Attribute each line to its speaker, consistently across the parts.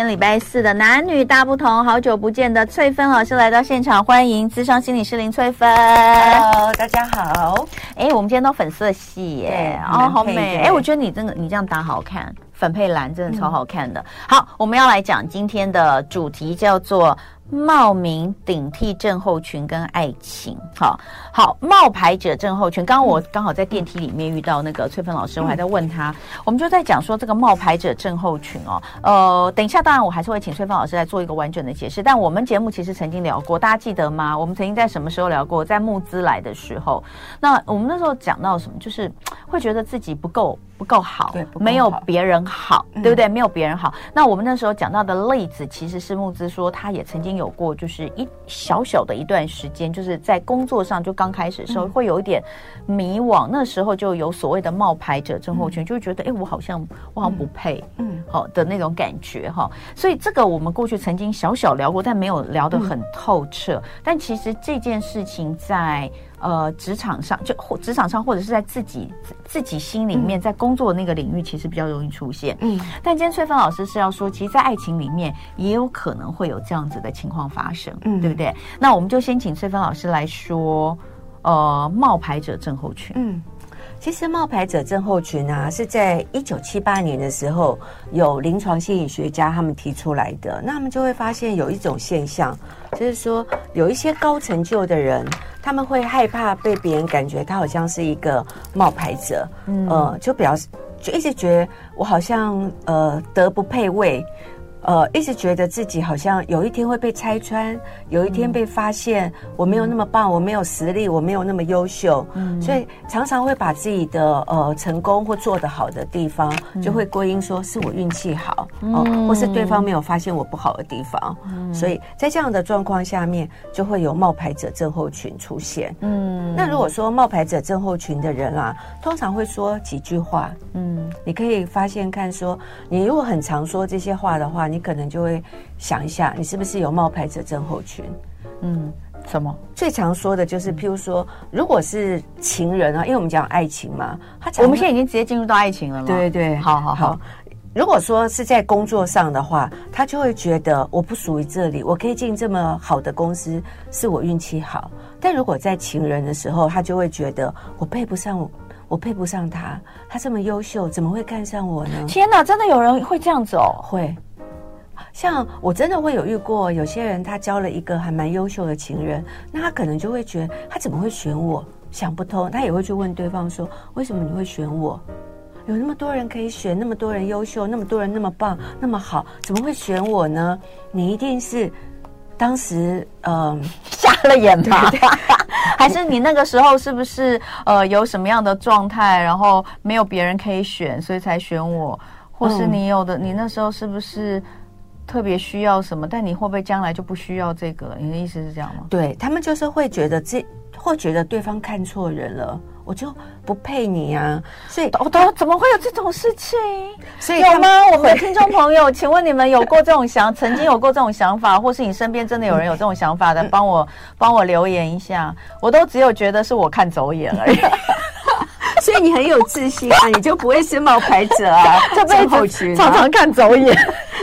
Speaker 1: 天礼拜四的男女大不同，好久不见的翠芬老师来到现场，欢迎諮商心理師林翠芬。
Speaker 2: Hello， 大家好。
Speaker 1: 我们今天都粉色系耶，好美。我觉得你这样搭好看，粉配蓝真的超好看的。好，我们要来讲今天的主题叫做冒名顶替症候群跟爱情。好，冒牌者症候群。我刚好在电梯里面遇到那个翠芬老师，我还在问他，我们就在讲说这个冒牌者症候群等一下当然我还是会请翠芬老师来做一个完整的解释，但我们节目其实曾经聊过，大家记得吗？我们曾经在什么时候聊过？在募资来的时候，那我们那时候讲到什么，就是会觉得自己不够好，没有别人好，对不对？没有别人好。那我们那时候讲到的例子，其实是募资说他也曾经有过，就是小小的一段时间，就是在工作上就刚开始的时候会有一点迷惘，那时候就有所谓的冒牌者症候群，就会觉得我好像不配，好的那种感觉哈。所以这个我们过去曾经小小聊过，但没有聊得很透彻。但其实这件事情在职场上或者是在自己心里面，在工作的那个领域，其实比较容易出现。但今天翠芬老师是要说，其实，在爱情里面也有可能会有这样子的情况发生，对不对？那我们就先请翠芬老师来说，冒牌者症候群。
Speaker 2: 其实冒牌者症候群啊，是在1978年的时候，有临床心理学家他们提出来的。那他们就会发现有一种现象，就是说有一些高成就的人，他们会害怕被别人感觉他好像是一个冒牌者，就一直觉得我好像德不配位。一直觉得自己好像有一天会被拆穿，有一天被发现我没有那么棒，我没有实力，我没有那么优秀，所以常常会把自己的成功或做得好的地方，就会归因说是我运气好，或是对方没有发现我不好的地方，所以在这样的状况下面，就会有冒牌者症候群出现。那如果说冒牌者症候群的人啊，通常会说几句话，你可以发现看说，你如果很常说这些话的话，你可能就会想一下，你是不是有冒牌者症候群？
Speaker 1: 什么？
Speaker 2: 最常说的就是，譬如说，如果是情人啊，因为我们讲爱情嘛，
Speaker 1: 我们现在已经直接进入到爱情了吗？
Speaker 2: 对，好。如果说是在工作上的话，他就会觉得我不属于这里，我可以进这么好的公司，是我运气好。但如果在情人的时候，他就会觉得我配不上他，他这么优秀，怎么会看上我呢？
Speaker 1: 天哪，真的有人会这样子哦？
Speaker 2: 会。像我真的会有遇过，有些人他交了一个还蛮优秀的情人，那他可能就会觉得他怎么会选我，想不通，他也会去问对方说，为什么你会选我？有那么多人可以选，那么多人优秀，那么多人那么棒那么好，怎么会选我呢？你一定是当时
Speaker 1: 瞎了眼吧？还是你那个时候是不是有什么样的状态，然后没有别人可以选，所以才选我？或是你那时候是不是特别需要什么，但你会不会将来就不需要这个？你的意思是这样吗？
Speaker 2: 对，他们就是会觉得对方看错人了，我就不配你啊！所以
Speaker 1: 怎么会有这种事情？
Speaker 2: 所以
Speaker 1: 有吗？我们的听众朋友，请问你们有过这种曾经有过这种想法，或是你身边真的有人有这种想法的，帮我留言一下。我都只有觉得是我看走眼而已。
Speaker 2: 所以你很有自信啊，你就不会是冒牌者啊，
Speaker 1: 这辈子常常看走眼。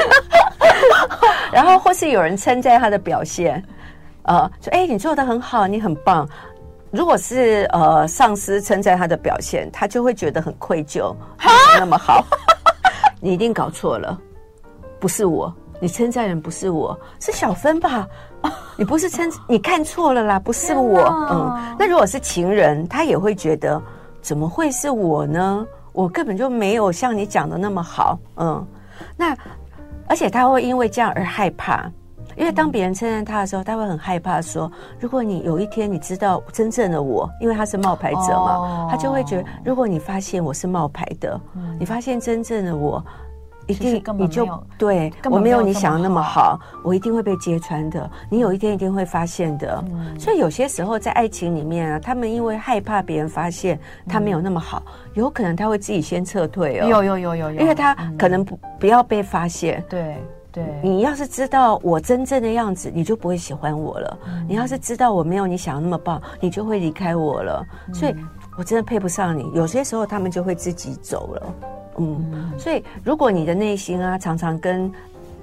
Speaker 2: 然后或是有人称赞他的表现，说你做得很好，你很棒。如果是上司称赞他的表现，他就会觉得很愧疚，那么好。你一定搞错了，不是我，你称赞人不是我，是小芬吧？你不是你看错了啦，不是我。那如果是情人，他也会觉得怎么会是我呢？我根本就没有像你讲的那么好。那而且他会因为这样而害怕。因为当别人称赞他的时候，他会很害怕说，如果你有一天你知道真正的我，因为他是冒牌者嘛，他就会觉得，如果你发现我是冒牌的，你发现真正的我，一定你就对我没有你想的那么好，我一定会被揭穿的，你有一天一定会发现的。所以有些时候在爱情里面啊，他们因为害怕别人发现他没有那么好，有可能他会自己先撤退哦。
Speaker 1: 有，因
Speaker 2: 为他可能不要被发现。
Speaker 1: 对，
Speaker 2: 你要是知道我真正的样子，你就不会喜欢我了。你要是知道我没有你想的那么棒，你就会离开我了。所以我真的配不上你。有些时候他们就会自己走了。所以如果你的内心啊常常跟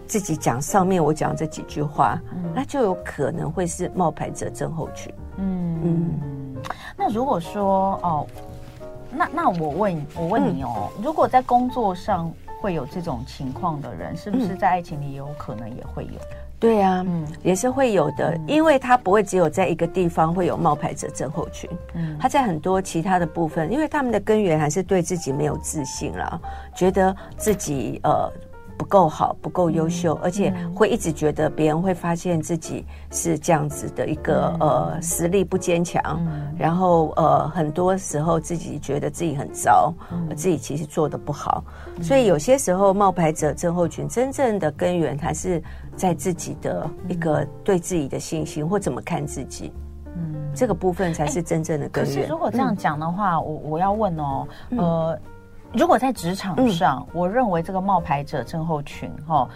Speaker 2: 自己讲上面我讲这几句话，那就有可能会是冒牌者症候群。
Speaker 1: 那如果说哦，那我问你哦，如果在工作上会有这种情况的人，是不是在爱情里也有可能也会有？
Speaker 2: 对啊，也是会有的，因为他不会只有在一个地方会有冒牌者症候群，他在很多其他的部分，因为他们的根源还是对自己没有自信啦，觉得自己不够好，不够优秀，而且会一直觉得别人会发现自己是这样子的一个实力不坚强，然后很多时候自己觉得自己很糟，自己其实做得不好，所以有些时候冒牌者症候群真正的根源还是在自己的一个对自己的信心或怎么看自己。这个部分才是真正的根源。
Speaker 1: 可是如果这样讲的话，我要问哦，如果在职场上，我认为这个冒牌者症候群，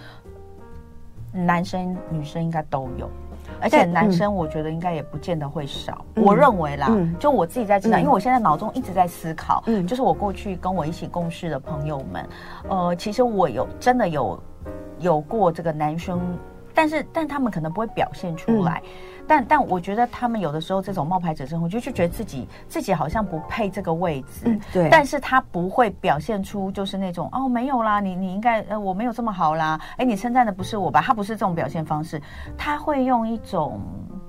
Speaker 1: 男生女生应该都有，而且男生我觉得应该也不见得会少。我认为啦，就我自己在职场，因为我现在脑中一直在思考，就是我过去跟我一起共事的朋友们，其实我真的有过这个男生，但他们可能不会表现出来。但我觉得他们有的时候这种冒牌者症候群，就觉得自己好像不配这个位置，
Speaker 2: 对。
Speaker 1: 但是他不会表现出就是那种没有啦，你应该我没有这么好啦，你称赞的不是我吧？他不是这种表现方式，他会用一种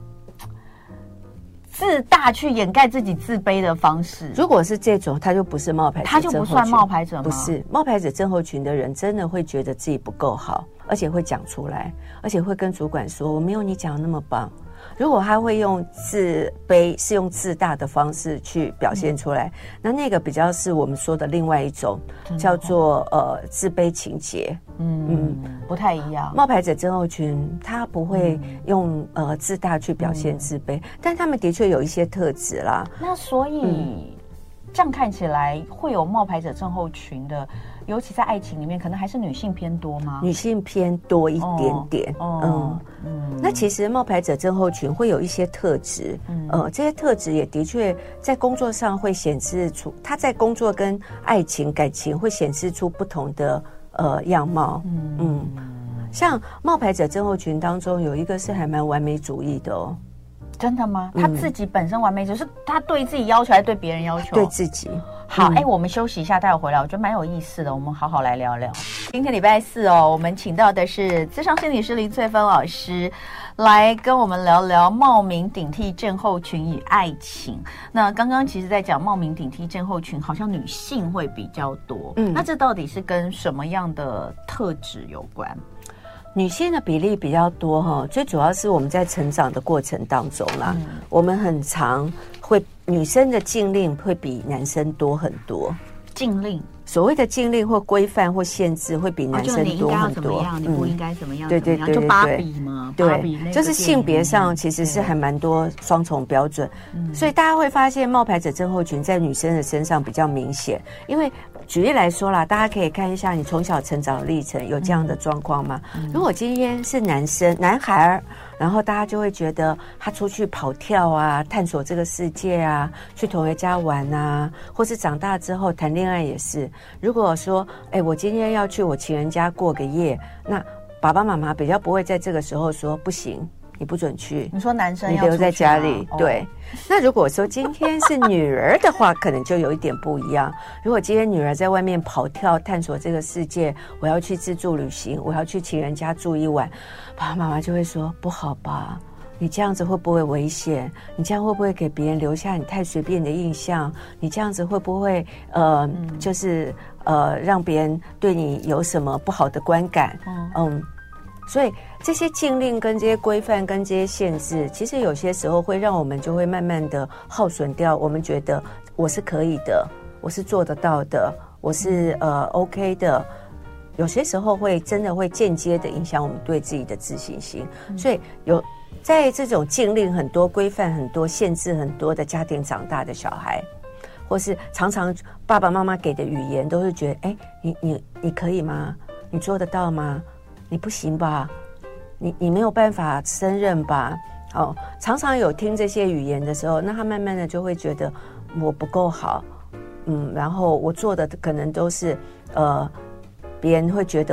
Speaker 1: 自大去掩盖自己自卑的方式。
Speaker 2: 如果是这种，他就不是冒牌者症候群，
Speaker 1: 他就不算冒牌者吗？
Speaker 2: 不是，冒牌者症候群的人真的会觉得自己不够好，而且会讲出来，而且会跟主管说我没有你讲的那么棒。如果他会用自卑，是用自大的方式去表现出来，那个比较是我们说的另外一种，叫做自卑情结。
Speaker 1: 不太一样。
Speaker 2: 冒牌者症候群他不会用自大去表现自卑，但他们的确有一些特质啦。
Speaker 1: 那所以这样看起来，会有冒牌者症候群的，尤其在爱情里面，可能还是女性偏多吗？
Speaker 2: 女性偏多一点点。那其实冒牌者症候群会有一些特质，这些特质也的确在工作上会显示出，他在工作跟爱情感情会显示出不同的样貌。像冒牌者症候群当中有一个是还蛮完美主义的哦。
Speaker 1: 真的吗？他自己本身完美，就是他对自己要求还是对别人要求？
Speaker 2: 对自己。
Speaker 1: 好，我们休息一下，待会回来，我觉得蛮有意思的，我们好好来聊聊。今天礼拜四哦，我们请到的是諮商心理师林萃芬老师，来跟我们聊聊冒名顶替症候群与爱情。那刚刚其实在讲冒名顶替症候群，好像女性会比较多，那这到底是跟什么样的特质有关？
Speaker 2: 女性的比例比较多哈，最主要是我们在成长的过程当中啦，我们很常会女生的禁令会比男生多很多。
Speaker 1: 禁令，
Speaker 2: 所谓的禁令或规范或限制会比男生多很多。
Speaker 1: 你不应该怎么样？
Speaker 2: 对对对，
Speaker 1: 就芭比嘛，
Speaker 2: 对，就是性别上其实是还蛮多双重标准，所以大家会发现冒牌者症候群在女生的身上比较明显。因为举例来说啦，大家可以看一下你从小成长的历程，有这样的状况吗？如果今天是男孩，然后大家就会觉得他出去跑跳啊，探索这个世界啊，去同学家玩啊，或是长大之后谈恋爱也是。如果说我今天要去我情人家过个夜，那爸爸妈妈比较不会在这个时候说不行，你不准去。
Speaker 1: 你说男生
Speaker 2: 你留在家里，对。那如果说今天是女儿的话，可能就有一点不一样。如果今天女儿在外面跑跳探索这个世界，我要去自助旅行，我要去情人家住一晚，爸爸妈妈就会说不好吧，你这样子会不会危险？你这样会不会给别人留下你太随便的印象？你这样子会不会就是让别人对你有什么不好的观感？所以这些禁令跟这些规范跟这些限制，其实有些时候会让我们就会慢慢的耗损掉我们觉得我是可以的，我是做得到的，我是OK 的。有些时候会真的会间接的影响我们对自己的自信心。所以在这种禁令很多、规范很多、限制很多的家庭长大的小孩，或是常常爸爸妈妈给的语言都是觉得你可以吗？你做得到吗？你不行吧？你没有办法胜任吧？常常有听这些语言的时候，那他慢慢的就会觉得我不够好，然后我做的可能都是别人会觉得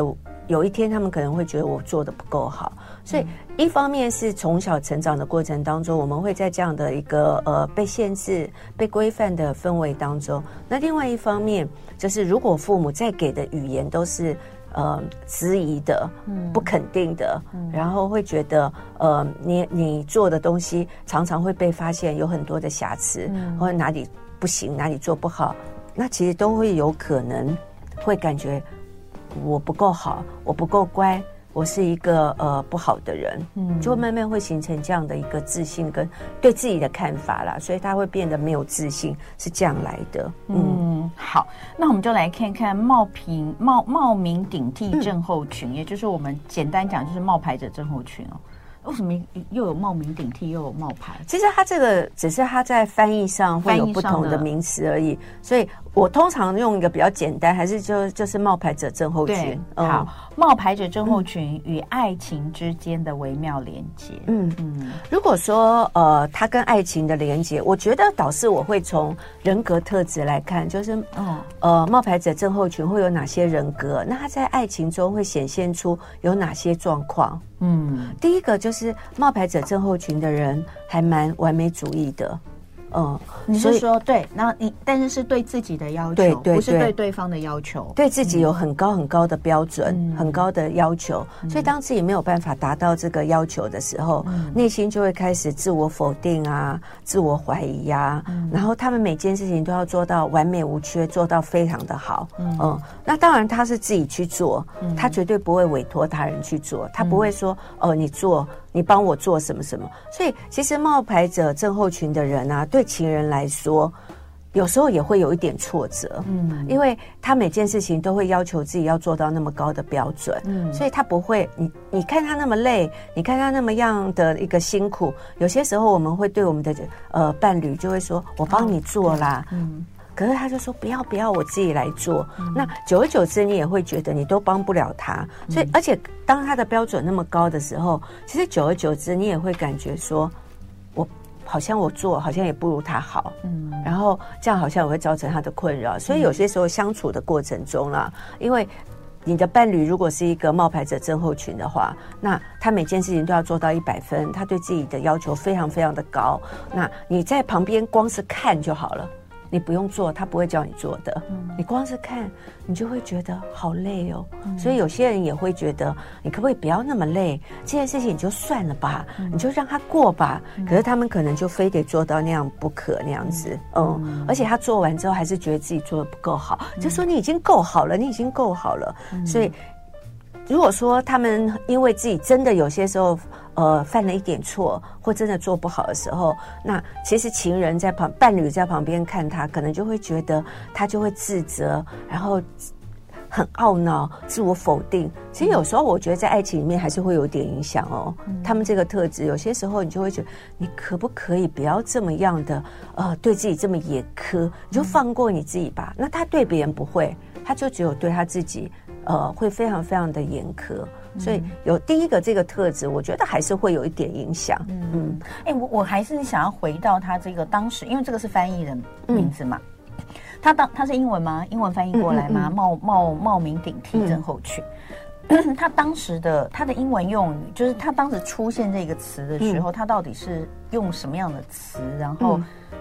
Speaker 2: 有一天他们可能会觉得我做的不够好，所以一方面是从小成长的过程当中，我们会在这样的一个被限制、被规范的氛围当中。那另外一方面就是，如果父母在给的语言都是质疑的、不肯定的，然后会觉得你做的东西常常会被发现有很多的瑕疵，或者哪里不行，哪里做不好，那其实都会有可能会感觉我不够好，我不够乖，我是一个不好的人，就慢慢会形成这样的一个自信跟对自己的看法啦，所以他会变得没有自信，是这样来的。
Speaker 1: 好，那我们就来看看冒名顶替症候群，也就是我们简单讲就是冒牌者症候群哦。为什么又有冒名顶替又有冒牌？
Speaker 2: 其实它这个只是它在翻译上会有不同的名词而已，所以我通常用一个比较简单，还是就是冒牌者症候群。
Speaker 1: 好，冒牌者症候群与爱情之间的微妙连接。
Speaker 2: 如果说它跟爱情的连接，我觉得导致我会从人格特质来看，就是冒牌者症候群会有哪些人格，那它在爱情中会显现出有哪些状况？第一个就是冒牌者症候群的人还蛮完美主义的。
Speaker 1: 你是说对，然后但是对自己的要求，对，不是对对方的要求，
Speaker 2: 对自己有很高很高的标准，很高的要求，所以当自己没有办法达到这个要求的时候，内心就会开始自我否定啊，自我怀疑啊，然后他们每件事情都要做到完美无缺，做到非常的好。那当然他是自己去做，他绝对不会委托他人去做，他不会说你帮我做什么什么。所以其实冒牌者症候群的人啊，对情人来说有时候也会有一点挫折，因为他每件事情都会要求自己要做到那么高的标准，所以他不会，你看他那么累，你看他那么样的一个辛苦，有些时候我们会对我们的伴侣就会说我帮你做啦，可是他就说不要，我自己来做。那久而久之，你也会觉得你都帮不了他，所以而且当他的标准那么高的时候，其实久而久之，你也会感觉说，好像我做好像也不如他好，然后这样好像也会造成他的困扰。所以有些时候相处的过程中啦，因为你的伴侣如果是一个冒牌者症候群的话，那他每件事情都要做到100分，他对自己的要求非常非常的高，那你在旁边光是看就好了。你不用做，他不会叫你做的，你光是看你就会觉得好累哦，所以有些人也会觉得你可不可以不要那么累，这件事情你就算了吧，你就让他过吧，可是他们可能就非得做到那样不可那样子，而且他做完之后还是觉得自己做的不够好，就说你已经够好了，你已经够好了，所以如果说他们因为自己真的有些时候犯了一点错，或真的做不好的时候，那其实情人在伴侣在旁边看他，可能就会觉得他就会自责，然后很懊恼，自我否定。其实有时候我觉得在爱情里面还是会有点影响哦。他们这个特质，有些时候你就会觉得，你可不可以不要这么样的对自己这么严苛，你就放过你自己吧。那他对别人不会，他就只有对他自己会非常非常的严苛。所以有第一个这个特质，我觉得还是会有一点影响。
Speaker 1: 我还是想要回到他这个当时，因为这个是翻译的名字嘛，他是英文吗？英文翻译过来吗？冒名顶替症候群。他当时的他的英文用语，就是他当时出现这个词的时候，他到底是用什么样的词？然后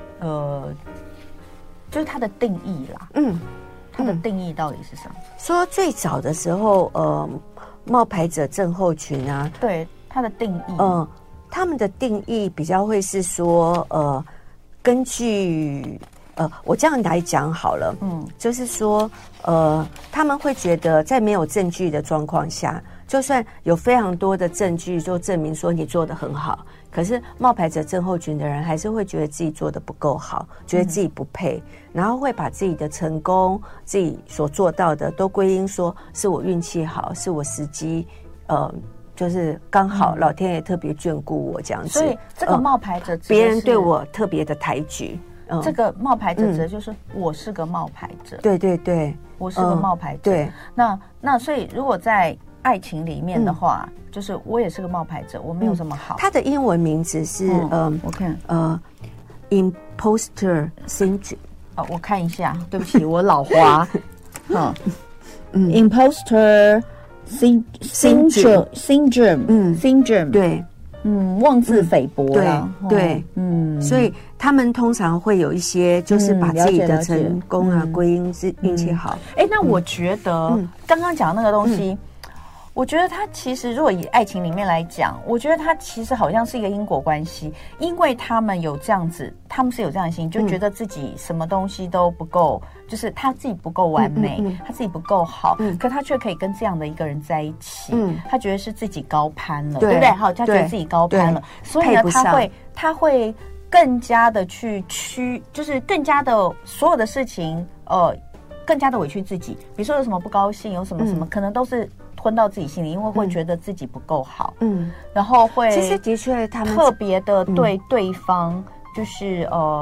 Speaker 1: 就是他的定义啦。他的定义到底是什么？
Speaker 2: 说最早的时候，冒牌者症候群啊，
Speaker 1: 对他的定义，
Speaker 2: 他们的定义比较会是说，根据我这样来讲好了，就是说，他们会觉得在没有证据的状况下，就算有非常多的证据就证明说你做得很好，可是冒牌者症候群的人还是会觉得自己做得不够好，觉得自己不配，然后会把自己的成功、自己所做到的都归因说是我运气好，是我时机就是刚好老天爷特别眷顾我这样子。
Speaker 1: 所以这个冒牌者，
Speaker 2: 别人对我特别的抬举。
Speaker 1: 这个冒牌者指的就是我是个冒牌者。
Speaker 2: 对对对，
Speaker 1: 我是个冒牌者。
Speaker 2: 对，
Speaker 1: 那所以如果在爱情里面的话，就是我也是个冒牌者，我没有这么好。
Speaker 2: 他的英文名字是
Speaker 1: 我看
Speaker 2: imposter syndrome。
Speaker 1: 我看一下，对不起，我老花。imposter syndrome，
Speaker 2: 对。
Speaker 1: 妄自菲薄了，
Speaker 2: 对，所以他们通常会有一些，就是把自己的成功啊归因是运气好。
Speaker 1: 那我觉得刚刚讲的那个东西，我觉得它其实如果以爱情里面来讲，我觉得它其实好像是一个因果关系，因为他们有这样子，他们是有这样的心，就觉得自己什么东西都不够，就是他自己不够完美，他自己不够好，可他却可以跟这样的一个人在一起，他觉得是自己高攀了，对不对？好，他觉得自己高攀了，所以呢，他会更加的去就是更加的所有的事情，更加的委屈自己。比如说有什么不高兴，有什么什么，可能都是吞到自己心里，因为会觉得自己不够好，然后会
Speaker 2: 其实的确他们
Speaker 1: 特别的对对方，就是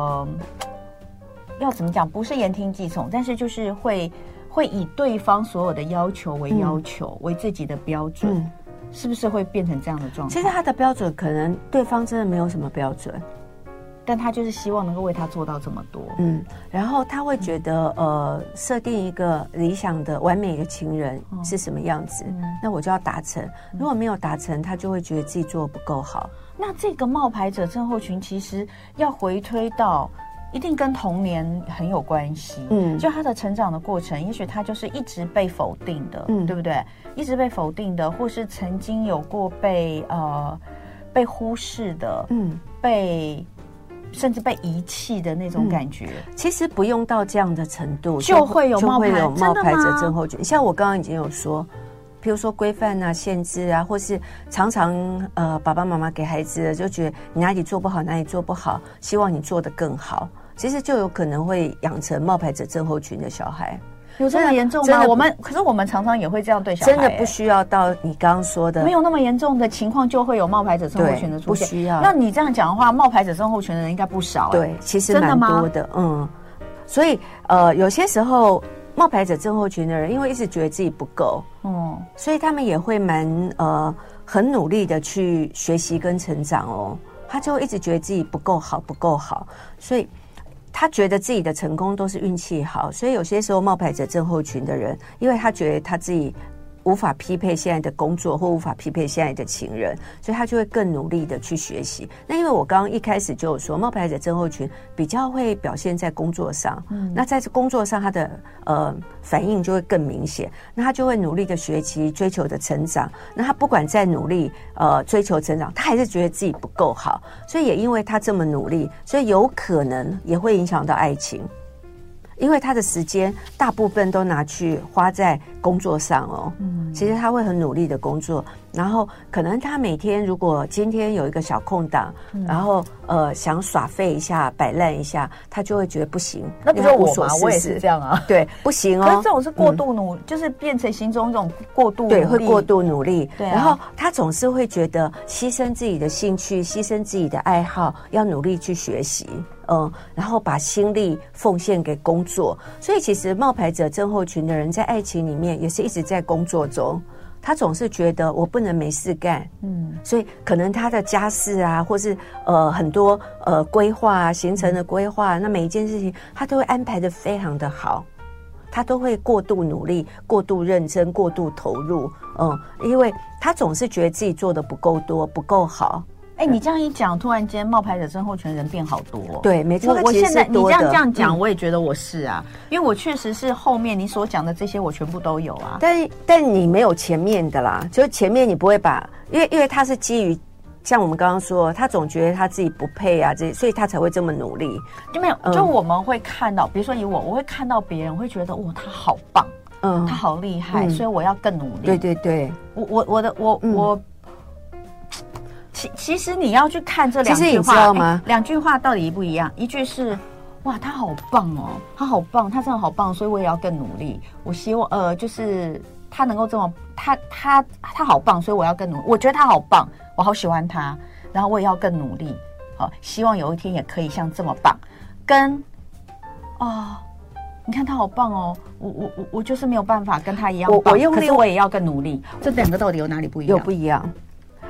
Speaker 1: 要怎么讲，不是言听计从，但是就是会以对方所有的要求为要求，为自己的标准，是不是会变成这样的状态？
Speaker 2: 其实他的标准可能对方真的没有什么标准，
Speaker 1: 但他就是希望能够为他做到这么多，
Speaker 2: 然后他会觉得设定一个理想的完美的情人是什么样子，那我就要达成，如果没有达成，他就会觉得自己做得不够好。
Speaker 1: 那这个冒牌者症候群其实要回推到一定跟童年很有关系，就他的成长的过程，也许他就是一直被否定的，对不对？一直被否定的，或是曾经有过被忽视的，甚至被遗弃的那种感觉。
Speaker 2: 其实不用到这样的程度，
Speaker 1: 就会有冒牌
Speaker 2: 者症候群。像我刚刚已经有说，比如说规范啊、限制啊，或是常常爸爸妈妈给孩子就觉得你哪里做不好，哪里做不好，希望你做得更好。其实就有可能会养成冒牌者症候群的小孩。
Speaker 1: 有这么严重吗？可是我们常常也会这样对小孩，
Speaker 2: 真的不需要到你刚刚说的，
Speaker 1: 没有那么严重的情况就会有冒牌者症候群的出现，
Speaker 2: 不需要。
Speaker 1: 那你这样讲的话，冒牌者症候群的人应该不少，
Speaker 2: 对，其实蛮多的，所以有些时候冒牌者症候群的人，因为一直觉得自己不够，所以他们也会很努力的去学习跟成长哦，他就一直觉得自己不够好，不够好，所以他觉得自己的成功都是运气好，所以有些时候冒牌者症候群的人，因为他觉得他自己无法匹配现在的工作或无法匹配现在的情人，所以他就会更努力的去学习。那因为我刚刚一开始就有说，冒牌者症候群比较会表现在工作上，那在工作上他的反应就会更明显，那他就会努力的学习，追求的成长。那他不管再努力追求成长，他还是觉得自己不够好，所以也因为他这么努力，所以有可能也会影响到爱情。因为他的时间大部分都拿去花在工作上哦，其实他会很努力的工作，然后可能他每天如果今天有一个小空档，然后想耍废一下、摆烂一下，他就会觉得不行。
Speaker 1: 那不是我吗？我也是这样啊。
Speaker 2: 对，不行哦。
Speaker 1: 可是这种是过度努，就是变成心中一种过度努力，
Speaker 2: 对，会过度努力。
Speaker 1: 对、
Speaker 2: 然后他总是会觉得牺牲自己的兴趣、牺牲自己的爱好，要努力去学习。然后把心力奉献给工作，所以其实冒牌者症候群的人在爱情里面也是一直在工作中，他总是觉得我不能没事干，所以可能他的家事啊，或是很多规划啊、行程的规划，那每一件事情他都会安排得非常的好，他都会过度努力、过度认真、过度投入，因为他总是觉得自己做的不够多、不够好。
Speaker 1: 你这样一讲，突然间冒牌者症候群的人变好多，
Speaker 2: 对，没错。
Speaker 1: 我现在你这样讲，我也觉得我是啊，因为我确实是后面你所讲的这些，我全部都有啊。
Speaker 2: 但你没有前面的啦，就前面你不会把，因为他是基于像我们刚刚说，他总觉得他自己不配啊，所以他才会这么努力。就没有，
Speaker 1: 就我们会看到，比如说以我会看到别人，我会觉得哇，他好棒，他好厉害，所以我要更努力。
Speaker 2: 对对对，
Speaker 1: 我。其实你要去看这两句话，
Speaker 2: 其实你知道吗？
Speaker 1: 两句话到底一不一样？一句是哇，他好棒哦，他好棒，他真的好棒，所以我也要更努力。我希望就是他能够这么，他好棒，所以我要更努力。我觉得他好棒，我好喜欢他，然后我也要更努力。好，希望有一天也可以像这么棒。跟你看他好棒哦，我就是没有办法跟他一样棒，可是我也要更努力。这两个到底有哪里不一样？
Speaker 2: 有不一样。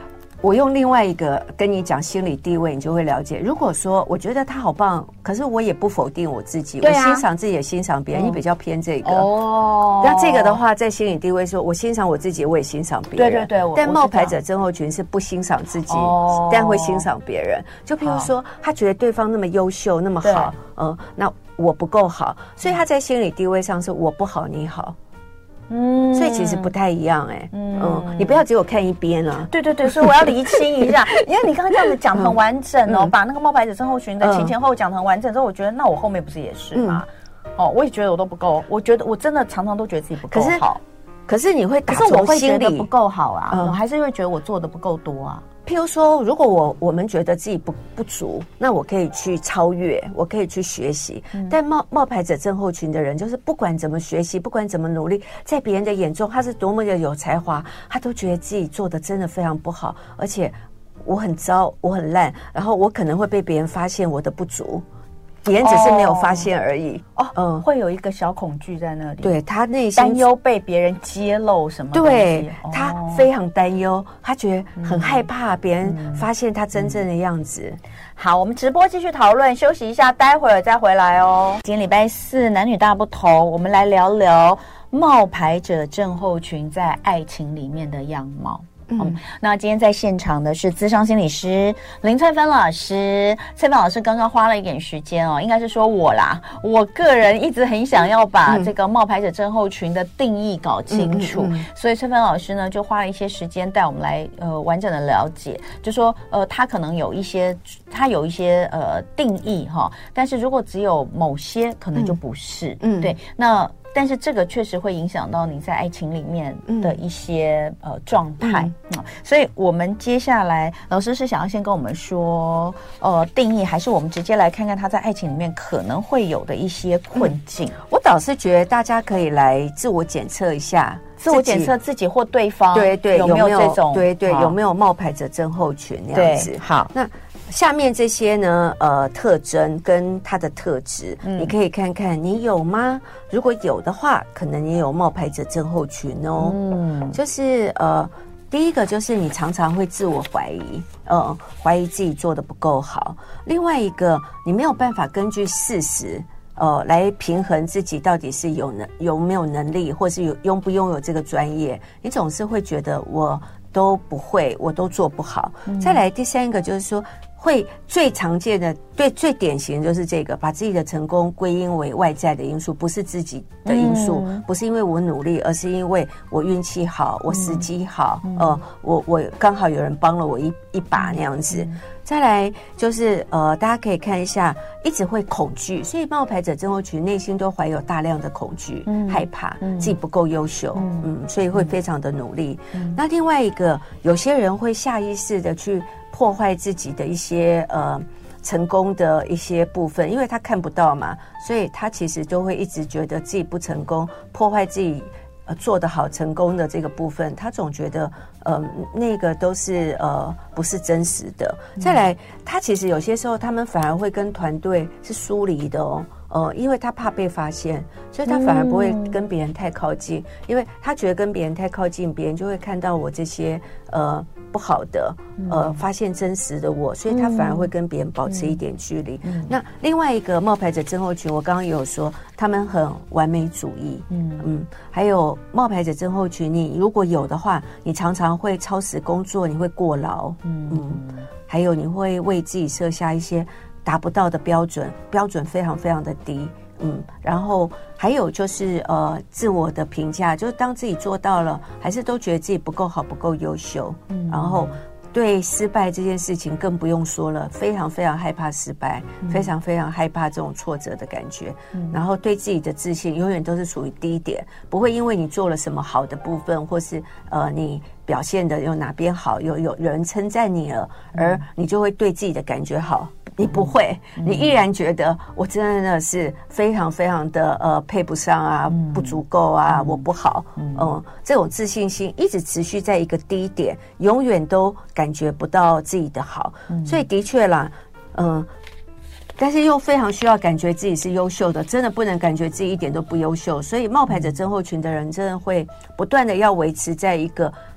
Speaker 2: 我用另外一个跟你讲心理地位，你就会了解。如果说我觉得他好棒，可是我也不否定我自己，我欣赏自己也欣赏别人，你比较偏这个。那这个的话，在心理地位说，我欣赏我自己，我也欣赏别人。对。但冒牌者症候群是不欣赏自己，但会欣赏别人。就譬如说，他觉得对方那么优秀，那么好，那我不够好，所以他在心理地位上是我不好，你好。所以其实不太一样你不要只有看一边啊。
Speaker 1: 对，所以我要厘清一下，因为你刚刚这样子讲很完整把那个冒牌者症候群的前后讲很完整之后，我觉得那我后面不是也是吗？我也觉得我都不够，我觉得我真的常常都觉得自己不够好。
Speaker 2: 可是你会打
Speaker 1: 从心里，可是我会觉得不够好啊，我还是会觉得我做的不够多啊。
Speaker 2: 譬如说，如果我们觉得自己不足，那我可以去超越，我可以去学习。但冒牌者症候群的人，就是不管怎么学习，不管怎么努力，在别人的眼中，他是多么的有才华，他都觉得自己做的真的非常不好，而且我很糟，我很烂，然后我可能会被别人发现我的不足。别人只是没有发现而已
Speaker 1: 会有一个小恐惧在那里，
Speaker 2: 对，他内心
Speaker 1: 担忧被别人揭露什么东西，
Speaker 2: 对，他非常担忧，他觉得很害怕别人发现他真正的样子。
Speaker 1: 好，我们直播继续讨论，休息一下，待会儿再回来哦。今天礼拜四，男女大不同，我们来聊聊冒牌者症候群在爱情里面的样貌。那今天在现场的是諮商心理师林翠芬老师。翠芬老师刚刚花了一点时间应该是说我啦，我个人一直很想要把这个冒牌者症候群的定义搞清楚，所以翠芬老师呢就花了一些时间带我们来完整的了解，就说他可能有一些定义但是如果只有某些可能就不是对，那但是这个确实会影响到你在爱情里面的一些状态所以我们接下来老师是想要先跟我们说定义，还是我们直接来看看他在爱情里面可能会有的一些困境？
Speaker 2: 我倒是觉得大家可以来自我检测一下，
Speaker 1: 自我检测自己或对方，
Speaker 2: 对
Speaker 1: 有没有这种
Speaker 2: 有没有冒牌者症候群那样子。
Speaker 1: 好，
Speaker 2: 那下面这些呢特征跟他的特质你可以看看你有吗？如果有的话，可能你有冒牌者症候群就是第一个就是你常常会自我怀疑怀疑自己做的不够好。另外一个，你没有办法根据事实来平衡自己到底是有没有能力，或是拥不拥有这个专业，你总是会觉得我都不会，我都做不好。再来第三个就是说，会最常见的最典型的就是这个，把自己的成功归因为外在的因素，不是自己的因素，不是因为我努力，而是因为我运气好，我时机好，我刚好有人帮了我一把那样子。再来就是大家可以看一下，一直会恐惧，所以冒牌者症候群内心都怀有大量的恐惧，害怕自己不够优秀，所以会非常的努力。那另外一个，有些人会下意识的去破坏自己的一些成功的一些部分，因为他看不到嘛，所以他其实都会一直觉得自己不成功，破坏自己做得好成功的这个部分，他总觉得那个都是不是真实的。再来，他其实有些时候他们反而会跟团队是疏离的因为他怕被发现，所以他反而不会跟别人太靠近，因为他觉得跟别人太靠近，别人就会看到我这些不好的发现真实的我，所以他反而会跟别人保持一点距离。那另外一个冒牌者症候群，我刚刚也有说他们很完美主义，还有冒牌者症候群，你如果有的话，你常常会超时工作，你会过劳，还有你会为自己设下一些达不到的标准非常非常的低，然后还有就是自我的评价，就是当自己做到了，还是都觉得自己不够好，不够优秀，然后对失败这件事情更不用说了，非常非常害怕失败，非常非常害怕这种挫折的感觉，然后对自己的自信永远都是属于低点，不会因为你做了什么好的部分，或是你表现的有哪边好，有人称赞你了，而你就会对自己的感觉好。你不会，你依然觉得我真的是非常非常的配不上啊，不足够啊，我不好，这种自信心一直持续在一个低点，永远都感觉不到自己的好，所以的确啦，但是又非常需要感觉自己是优秀的，真的不能感觉自己一点都不优秀，所以冒牌者症候群的人真的会不断的要维持在一个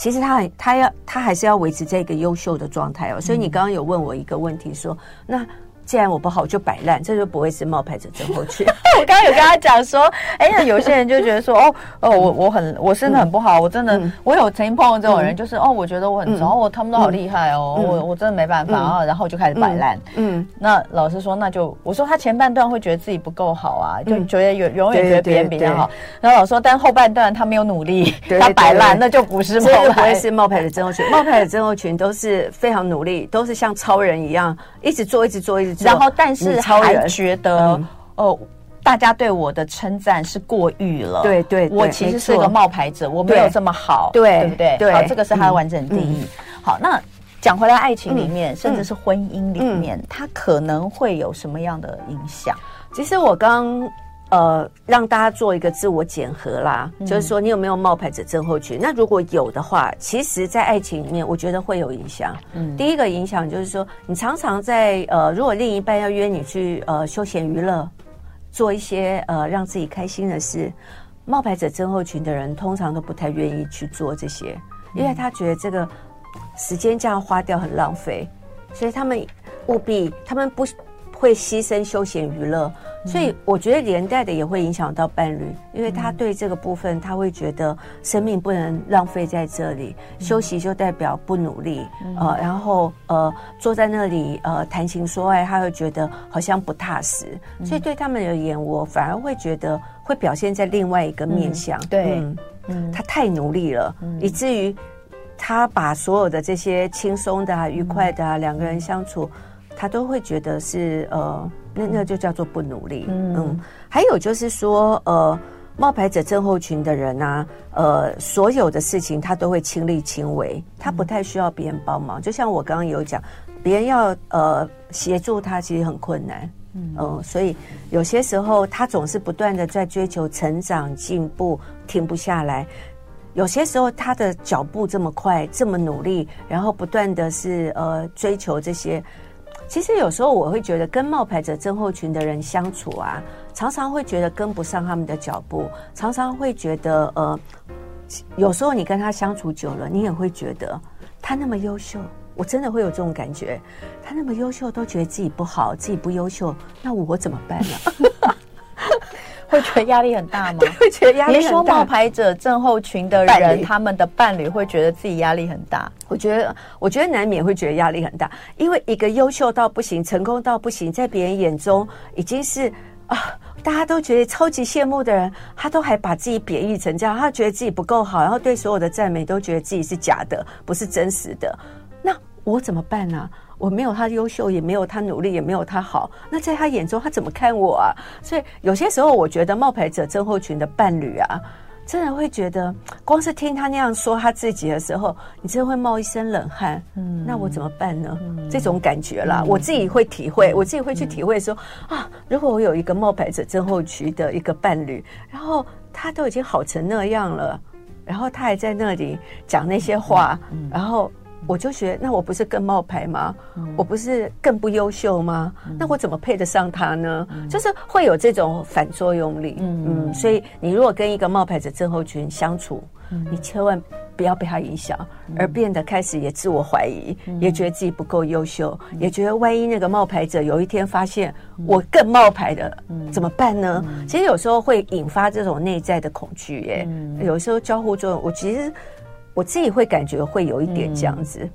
Speaker 2: 其实他还是要维持这个优秀的状态哦。所以你刚刚有问我一个问题说，那既然我不好，我就摆烂，这就不会是冒牌者症候群。
Speaker 1: 我刚刚有跟他讲说，那有些人就觉得说，我真的很不好，我真的，我有曾经碰到这种人，就是我觉得我很糟，他们都好厉害哦，我真的没办法，然后就开始摆烂。那老师说，我说他前半段会觉得自己不够好啊，就觉得永远觉得别人比他好。然后老师说，但后半段他没有努力，他摆烂，那就不是冒牌，
Speaker 2: 不会是冒牌者症候群。冒牌者症候群都是非常努力，都是像超人一样，一直做，然
Speaker 1: 后但是还觉得大家对我的称赞是过誉了，
Speaker 2: 对，
Speaker 1: 我其实是个冒牌者，我没有这么好，对不对？
Speaker 2: 对，
Speaker 1: 好，这个是他的完整定义。好，那讲回来，爱情里面，甚至是婚姻里面，它可能会有什么样的影响？
Speaker 2: 其实我刚让大家做一个自我检核啦，就是说你有没有冒牌者症候群？那如果有的话，其实在爱情里面，我觉得会有影响。第一个影响就是说，你常常在如果另一半要约你去休闲娱乐，做一些让自己开心的事，冒牌者症候群的人通常都不太愿意去做这些，因为他觉得这个时间这样花掉很浪费，所以他们不会牺牲休闲娱乐，所以我觉得连带的也会影响到伴侣，因为他对这个部分他会觉得生命不能浪费在这里，休息就代表不努力，然后坐在那里谈情说爱，他会觉得好像不踏实，所以对他们而言，我反而会觉得会表现在另外一个面向，他太努力了，以至于他把所有的这些轻松的愉快的两个人相处，他都会觉得是那就叫做不努力。还有就是说冒牌者症候群的人啊，所有的事情他都会亲力亲为，他不太需要别人帮忙。就像我刚刚有讲，别人要协助他其实很困难。所以有些时候他总是不断的在追求成长进步，停不下来。有些时候他的脚步这么快，这么努力，然后不断的是追求这些。其实有时候我会觉得跟冒牌者症候群的人相处啊，常常会觉得跟不上他们的脚步，常常会觉得有时候你跟他相处久了，你也会觉得他那么优秀，我真的会有这种感觉，他那么优秀都觉得自己不好，自己不优秀，那我怎么办呢？
Speaker 1: 会觉得压力很大吗？
Speaker 2: 对，会觉得压力很大。
Speaker 1: 你说冒牌者症候群的人，他们的伴侣会觉得自己压力很大？
Speaker 2: 我觉得难免会觉得压力很大，因为一个优秀到不行、成功到不行，在别人眼中已经是大家都觉得超级羡慕的人，他都还把自己贬义成这样，他觉得自己不够好，然后对所有的赞美都觉得自己是假的，不是真实的。那我怎么办呢？我没有他优秀，也没有他努力，也没有他好，那在他眼中他怎么看我啊？所以有些时候我觉得冒牌者症候群的伴侣啊，真的会觉得光是听他那样说他自己的时候，你真的会冒一身冷汗。那我怎么办呢？这种感觉啦，我自己会体会，我自己会去体会说如果我有一个冒牌者症候群的一个伴侣，然后他都已经好成那样了，然后他还在那里讲那些话，然后我就觉得，那我不是更冒牌吗？我不是更不优秀吗？那我怎么配得上他呢？就是会有这种反作用力。所以你如果跟一个冒牌者症候群相处，你千万不要被他影响，而变得开始也自我怀疑，也觉得自己不够优秀，也觉得万一那个冒牌者有一天发现我更冒牌的，怎么办呢？其实有时候会引发这种内在的恐惧耶。有时候交互作用，其实我自己会感觉会有一点这样子。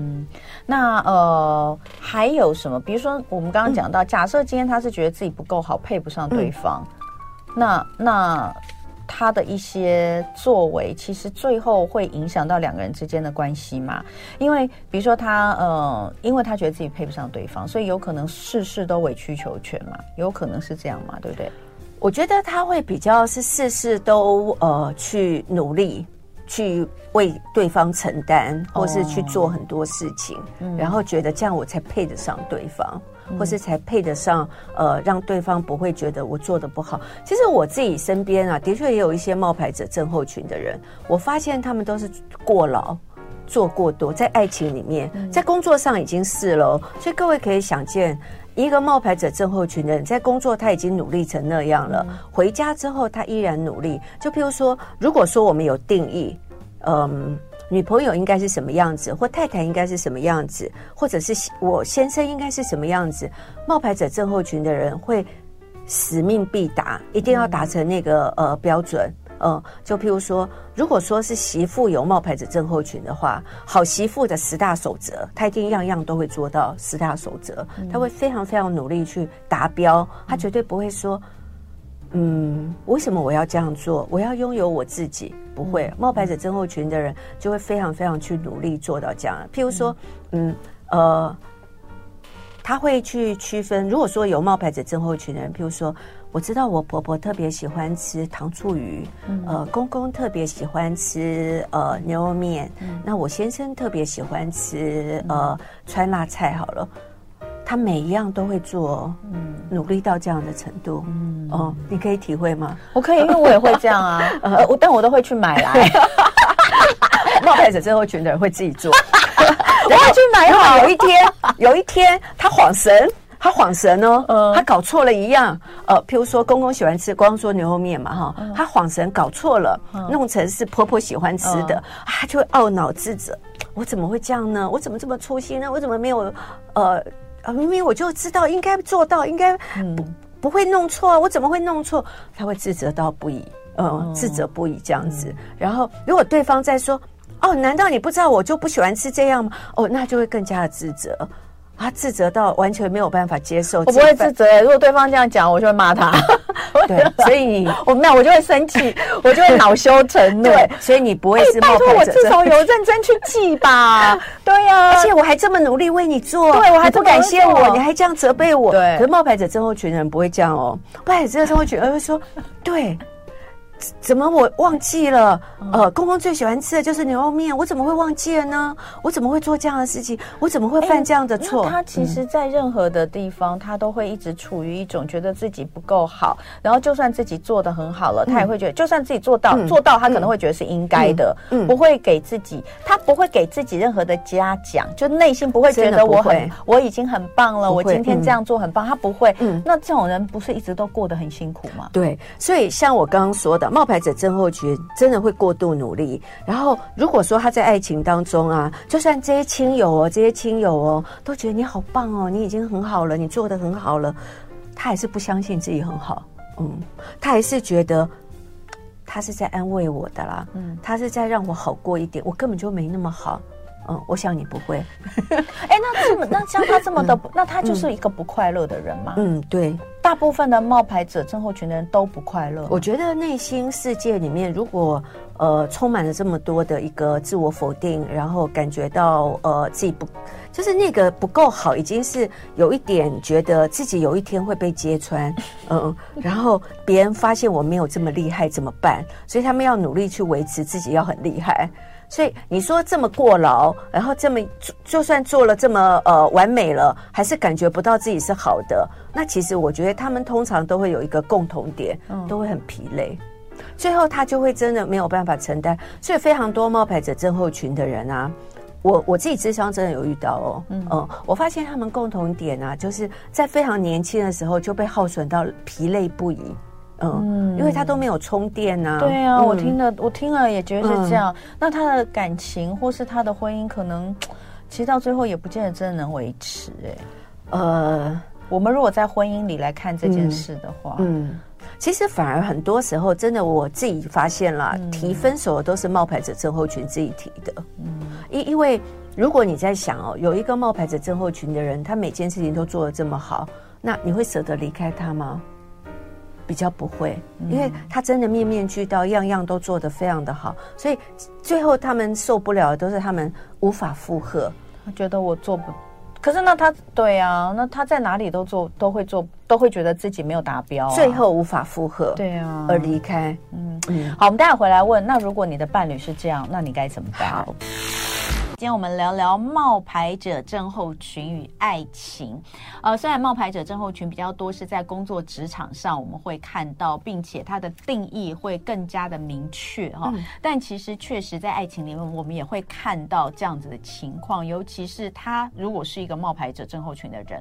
Speaker 1: 那还有什么？比如说我们刚刚讲到，假设今天他是觉得自己不够好，配不上对方，那他的一些作为，其实最后会影响到两个人之间的关系嘛？因为比如说他因为他觉得自己配不上对方，所以有可能事事都委曲求全嘛，有可能是这样嘛，对不对？
Speaker 2: 我觉得他会比较是事事都去努力，去为对方承担，或是去做很多事情，然后觉得这样我才配得上对方，或是才配得上让对方不会觉得我做得不好。其实我自己身边啊，的确也有一些冒牌者症候群的人，我发现他们都是过劳做过多，在爱情里面，在工作上已经是了，所以各位可以想见，一个冒牌者症候群的人，在工作他已经努力成那样了，回家之后他依然努力。就譬如说，如果说我们有定义， 女朋友应该是什么样子，或太太应该是什么样子，或者是我先生应该是什么样子，冒牌者症候群的人会使命必达，一定要达成那个标准。就譬如说，如果说是媳妇有冒牌者症候群的话，好媳妇的10大守则，她一定样样都会做到10大守则，她会非常非常努力去达标，她绝对不会说，为什么我要这样做？我要拥有我自己，不会。冒牌者症候群的人就会非常非常去努力做到这样。譬如说，他会去区分，如果说有冒牌者症候群的人，譬如说，我知道我婆婆特别喜欢吃糖醋鱼，公公特别喜欢吃牛肉面，那我先生特别喜欢吃川辣菜好了，他每一样都会做，努力到这样的程度，你可以体会吗？
Speaker 1: 我可以，因为我也会这样啊，但我都会去买来。
Speaker 2: 冒牌者症候群的人会自己做。
Speaker 1: 我要去买好。
Speaker 2: 有一天他晃神哦，他搞错了一样，譬如说公公喜欢吃，光说牛肉面嘛哈，他晃神搞错了，弄成是婆婆喜欢吃的，他就会懊恼自责，我怎么会这样呢？我怎么这么粗心呢？我怎么没有明明我就知道应该做到，应该不会弄错，我怎么会弄错？他会自责到不已，自责不已这样子。然后如果对方在说，难道你不知道我就不喜欢吃这样吗？那就会更加的自责，他自责到完全没有办法接受。
Speaker 1: 我不会自责如果对方这样讲，我就会骂他。
Speaker 2: 对，所以
Speaker 1: 我就会生气，我就会恼羞成怒。
Speaker 2: 对，所以你不会是冒牌者。
Speaker 1: 拜托，我至少有认真去记吧。对呀，
Speaker 2: 而且我还这么努力为你做，
Speaker 1: 对我还
Speaker 2: 不感谢我，你还这样责备我。
Speaker 1: 对，
Speaker 2: 可是冒牌者症候群的人不会这样哦。冒牌者症候群人会说，对。怎么我忘记了？公公最喜欢吃的就是牛肉面，我怎么会忘记了呢？我怎么会做这样的事情？我怎么会犯这样的错？
Speaker 1: 他其实在任何的地方，他都会一直处于一种觉得自己不够好，然后就算自己做得很好了，他也会觉得，就算自己做到，他可能会觉得是应该的，不会给自己，他不会给自己任何的嘉奖，就内心不会觉得我已经很棒了，我今天这样做很棒，他不会。那这种人不是一直都过得很辛苦吗？
Speaker 2: 对，所以像我刚刚说的。冒牌者症候群真的会过度努力，然后如果说他在爱情当中啊，就算这些亲友都觉得你好棒哦，你已经很好了，你做得很好了，他还是不相信自己很好，他还是觉得他是在安慰我的啦，他是在让我好过一点，我根本就没那么好。我想你不会。
Speaker 1: 那像他这么的，那他就是一个不快乐的人吗？
Speaker 2: 对，
Speaker 1: 大部分的冒牌者症候群的人都不快乐。
Speaker 2: 我觉得内心世界里面，如果充满了这么多的一个自我否定，然后感觉到自己不，就是那个不够好，已经是有一点觉得自己有一天会被揭穿，然后别人发现我没有这么厉害怎么办？所以他们要努力去维持自己要很厉害。所以你说这么过劳，然后这么就算做了这么完美了，还是感觉不到自己是好的，那其实我觉得他们通常都会有一个共同点，都会很疲累，最后他就会真的没有办法承担。所以非常多冒牌者症候群的人啊，我自己諮商真的有遇到我发现他们共同点啊，就是在非常年轻的时候就被耗损到疲累不已。因为他都没有充电啊。
Speaker 1: 对啊，我听了也觉得是这样。那他的感情或是他的婚姻，可能其实到最后也不见得真的能维持。我们如果在婚姻里来看这件事的话，
Speaker 2: 其实反而很多时候，真的我自己发现啦，提分手的都是冒牌者症候群自己提的。因为如果你在想有一个冒牌者症候群的人，他每件事情都做得这么好，那你会舍得离开他吗？比较不会，因为他真的面面俱到，样样都做得非常的好，所以最后他们受不了的都是他们无法负荷，
Speaker 1: 他觉得我做不，可是那他对啊，那他在哪里都会觉得自己没有达标
Speaker 2: 最后无法负荷，
Speaker 1: 对啊，
Speaker 2: 而离开。
Speaker 1: 好，我们待会回来问，那如果你的伴侣是这样，那你该怎么办？好。今天我们聊聊冒牌者症候群与爱情。虽然冒牌者症候群比较多是在工作职场上我们会看到，并且它的定义会更加的明确但其实确实在爱情里面我们也会看到这样子的情况，尤其是他如果是一个冒牌者症候群的人，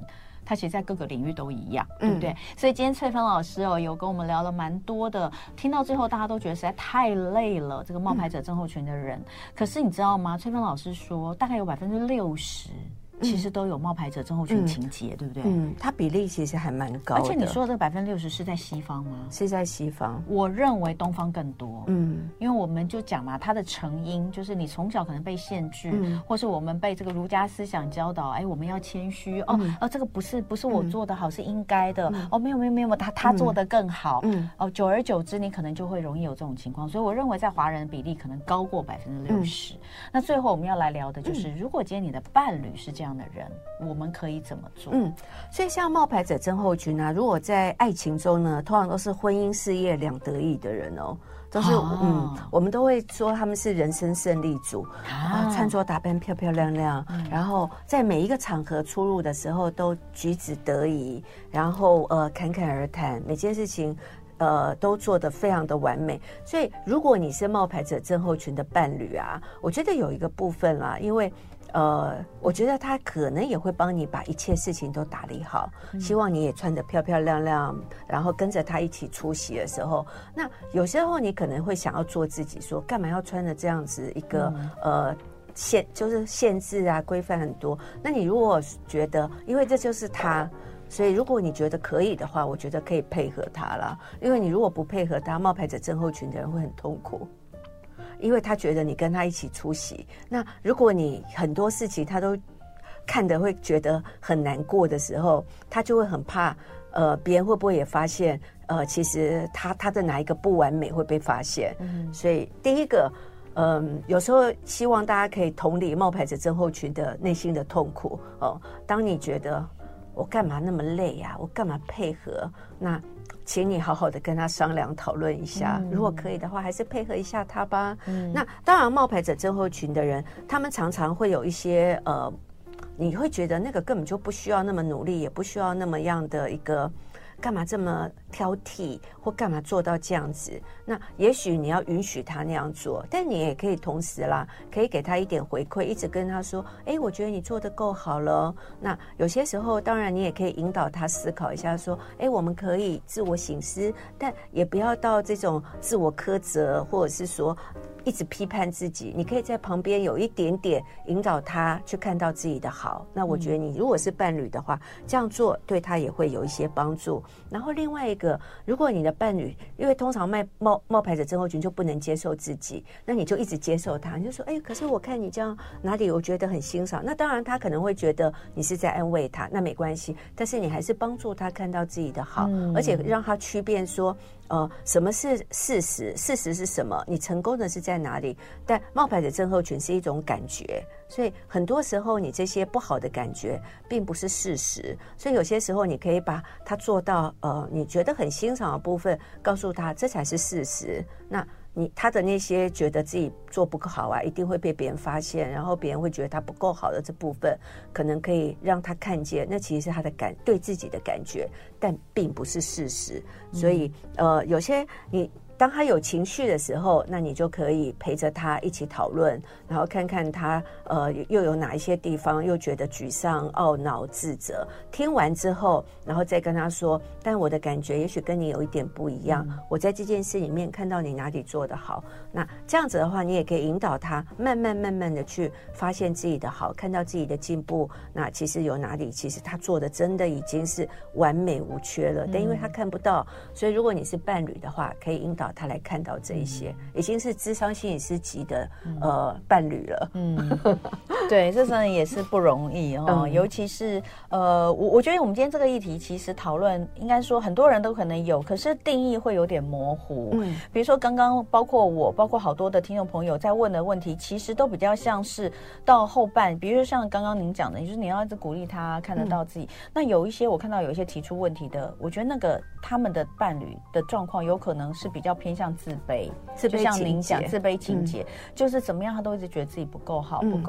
Speaker 1: 它其实在各个领域都一样，对不对？所以今天翠芬老师有跟我们聊了蛮多的，听到最后大家都觉得实在太累了，这个冒牌者症候群的人。可是你知道吗？翠芬老师说，大概有60%。其实都有冒牌者症候群情节，对不对？
Speaker 2: 它比例其实还蛮高的。
Speaker 1: 而且你说的这60%是在西方吗？
Speaker 2: 是在西方。
Speaker 1: 我认为东方更多。因为我们就讲嘛，它的成因就是你从小可能被限制，或是我们被这个儒家思想教导，我们要谦虚这个不是我做的好，是应该的。没有，他做的更好。久而久之，你可能就会容易有这种情况。所以我认为在华人比例可能高过60%。那最后我们要来聊的就是，如果今天你的伴侣是这样的人，我们可以怎么做？
Speaker 2: 所以像冒牌者症候群啊，如果在爱情中呢，通常都是婚姻事业两得意的人都是我们都会说他们是人生胜利组穿着打扮漂漂亮亮，然后在每一个场合出入的时候都举止得宜，然后侃侃而谈，每件事情都做得非常的完美。所以如果你是冒牌者症候群的伴侣啊，我觉得有一个部分啦，因为我觉得他可能也会帮你把一切事情都打理好，希望你也穿得漂漂亮亮，然后跟着他一起出席的时候，那有时候你可能会想要做自己，说干嘛要穿的这样子一个就是限制啊规范很多。那你如果觉得因为这就是他，所以如果你觉得可以的话，我觉得可以配合他啦。因为你如果不配合他，冒牌者症候群的人会很痛苦，因为他觉得你跟他一起出席，那如果你很多事情他都看得会觉得很难过的时候，他就会很怕别人会不会也发现其实他的哪一个不完美会被发现。所以第一个有时候希望大家可以同理冒牌者症候群的内心的痛苦当你觉得我干嘛那么累啊，我干嘛配合，那请你好好的跟他商量讨论一下，如果可以的话还是配合一下他吧。那当然冒牌者症候群的人，他们常常会有一些你会觉得那个根本就不需要那么努力，也不需要那么样的一个干嘛这么挑剔，或干嘛做到这样子。那也许你要允许他那样做，但你也可以同时啦，可以给他一点回馈，一直跟他说我觉得你做得够好了。那有些时候当然你也可以引导他思考一下，说我们可以自我省思，但也不要到这种自我苛责，或者是说一直批判自己。你可以在旁边有一点点引导他去看到自己的好。那我觉得你如果是伴侣的话，这样做对他也会有一些帮助。然后另外一个，如果你的伴侣，因为通常冒牌者症候群就不能接受自己，那你就一直接受他，你就说可是我看你这样哪里我觉得很欣赏。那当然他可能会觉得你是在安慰他，那没关系，但是你还是帮助他看到自己的好，而且让他区辨说什么是事实，事实是什么，你成功的是在哪里。但冒牌者症候群是一种感觉，所以很多时候你这些不好的感觉并不是事实。所以有些时候你可以把它做到你觉得很欣赏的部分告诉他，这才是事实。那他的那些觉得自己做不够好啊，一定会被别人发现，然后别人会觉得他不够好的这部分，可能可以让他看见，那其实是他的对自己的感觉，但并不是事实。所以有些当他有情绪的时候，那你就可以陪着他一起讨论，然后看看他又有哪一些地方又觉得沮丧、懊恼、自责。听完之后，然后再跟他说，但我的感觉也许跟你有一点不一样，我在这件事里面看到你哪里做得好。那这样子的话，你也可以引导他慢慢的去发现自己的好，看到自己的进步。那其实有哪里其实他做的真的已经是完美无缺了，但因为他看不到，所以如果你是伴侣的话，可以引导他来看到这一些，已经是諮商心理師級的伴侶了。
Speaker 1: 对，这真的也是不容易尤其是我觉得我们今天这个议题其实讨论应该说很多人都可能有，可是定义会有点模糊。比如说刚刚包括我，包括好多的听众朋友在问的问题，其实都比较像是到后半，比如说像刚刚您讲的，就是你要一直鼓励他看得到自己。那有一些我看到有一些提出问题的，我觉得那个他们的伴侣的状况有可能是比较偏向自卑就像您讲自卑情节，就是怎么样他都一直觉得自己不够好，不够好，然后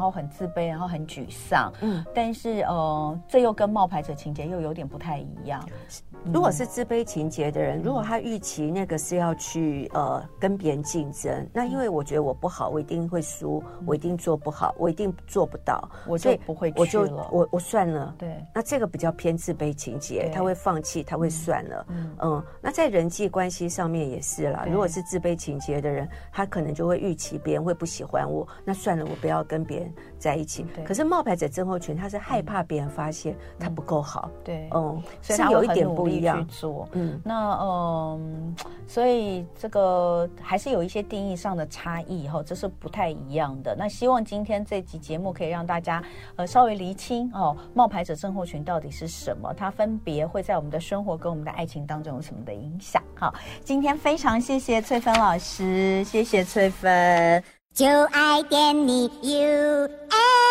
Speaker 1: 后很自卑，然后很沮丧。但是这又跟冒牌者情节又有点不太一样。
Speaker 2: 如果是自卑情节的人，如果他预期那个是要去跟别人竞争，那因为我觉得我不好，我一定会输，我一定做不好，我一定做不到，
Speaker 1: 我就不会去了，
Speaker 2: 我算了。
Speaker 1: 对，
Speaker 2: 那这个比较偏自卑情节，他会放弃，他会算了。那在人际关系上面也是啦。如果是自卑情节的人，他可能就会预期别人会不喜欢我，那算了，我不要跟别人在一起。可是冒牌者症候群，他是害怕别人发现他不够好。
Speaker 1: 对，
Speaker 2: 所以他有一点不一样
Speaker 1: 去做。那所以这个还是有一些定义上的差异哈，这是不太一样的。那希望今天这集节目可以让大家稍微厘清冒牌者症候群到底是什么，它分别会在我们的生活跟我们的爱情当中有什么的影响。好，今天非常谢谢翠芬老师，谢谢翠芬，
Speaker 3: 就爱点你 UFO。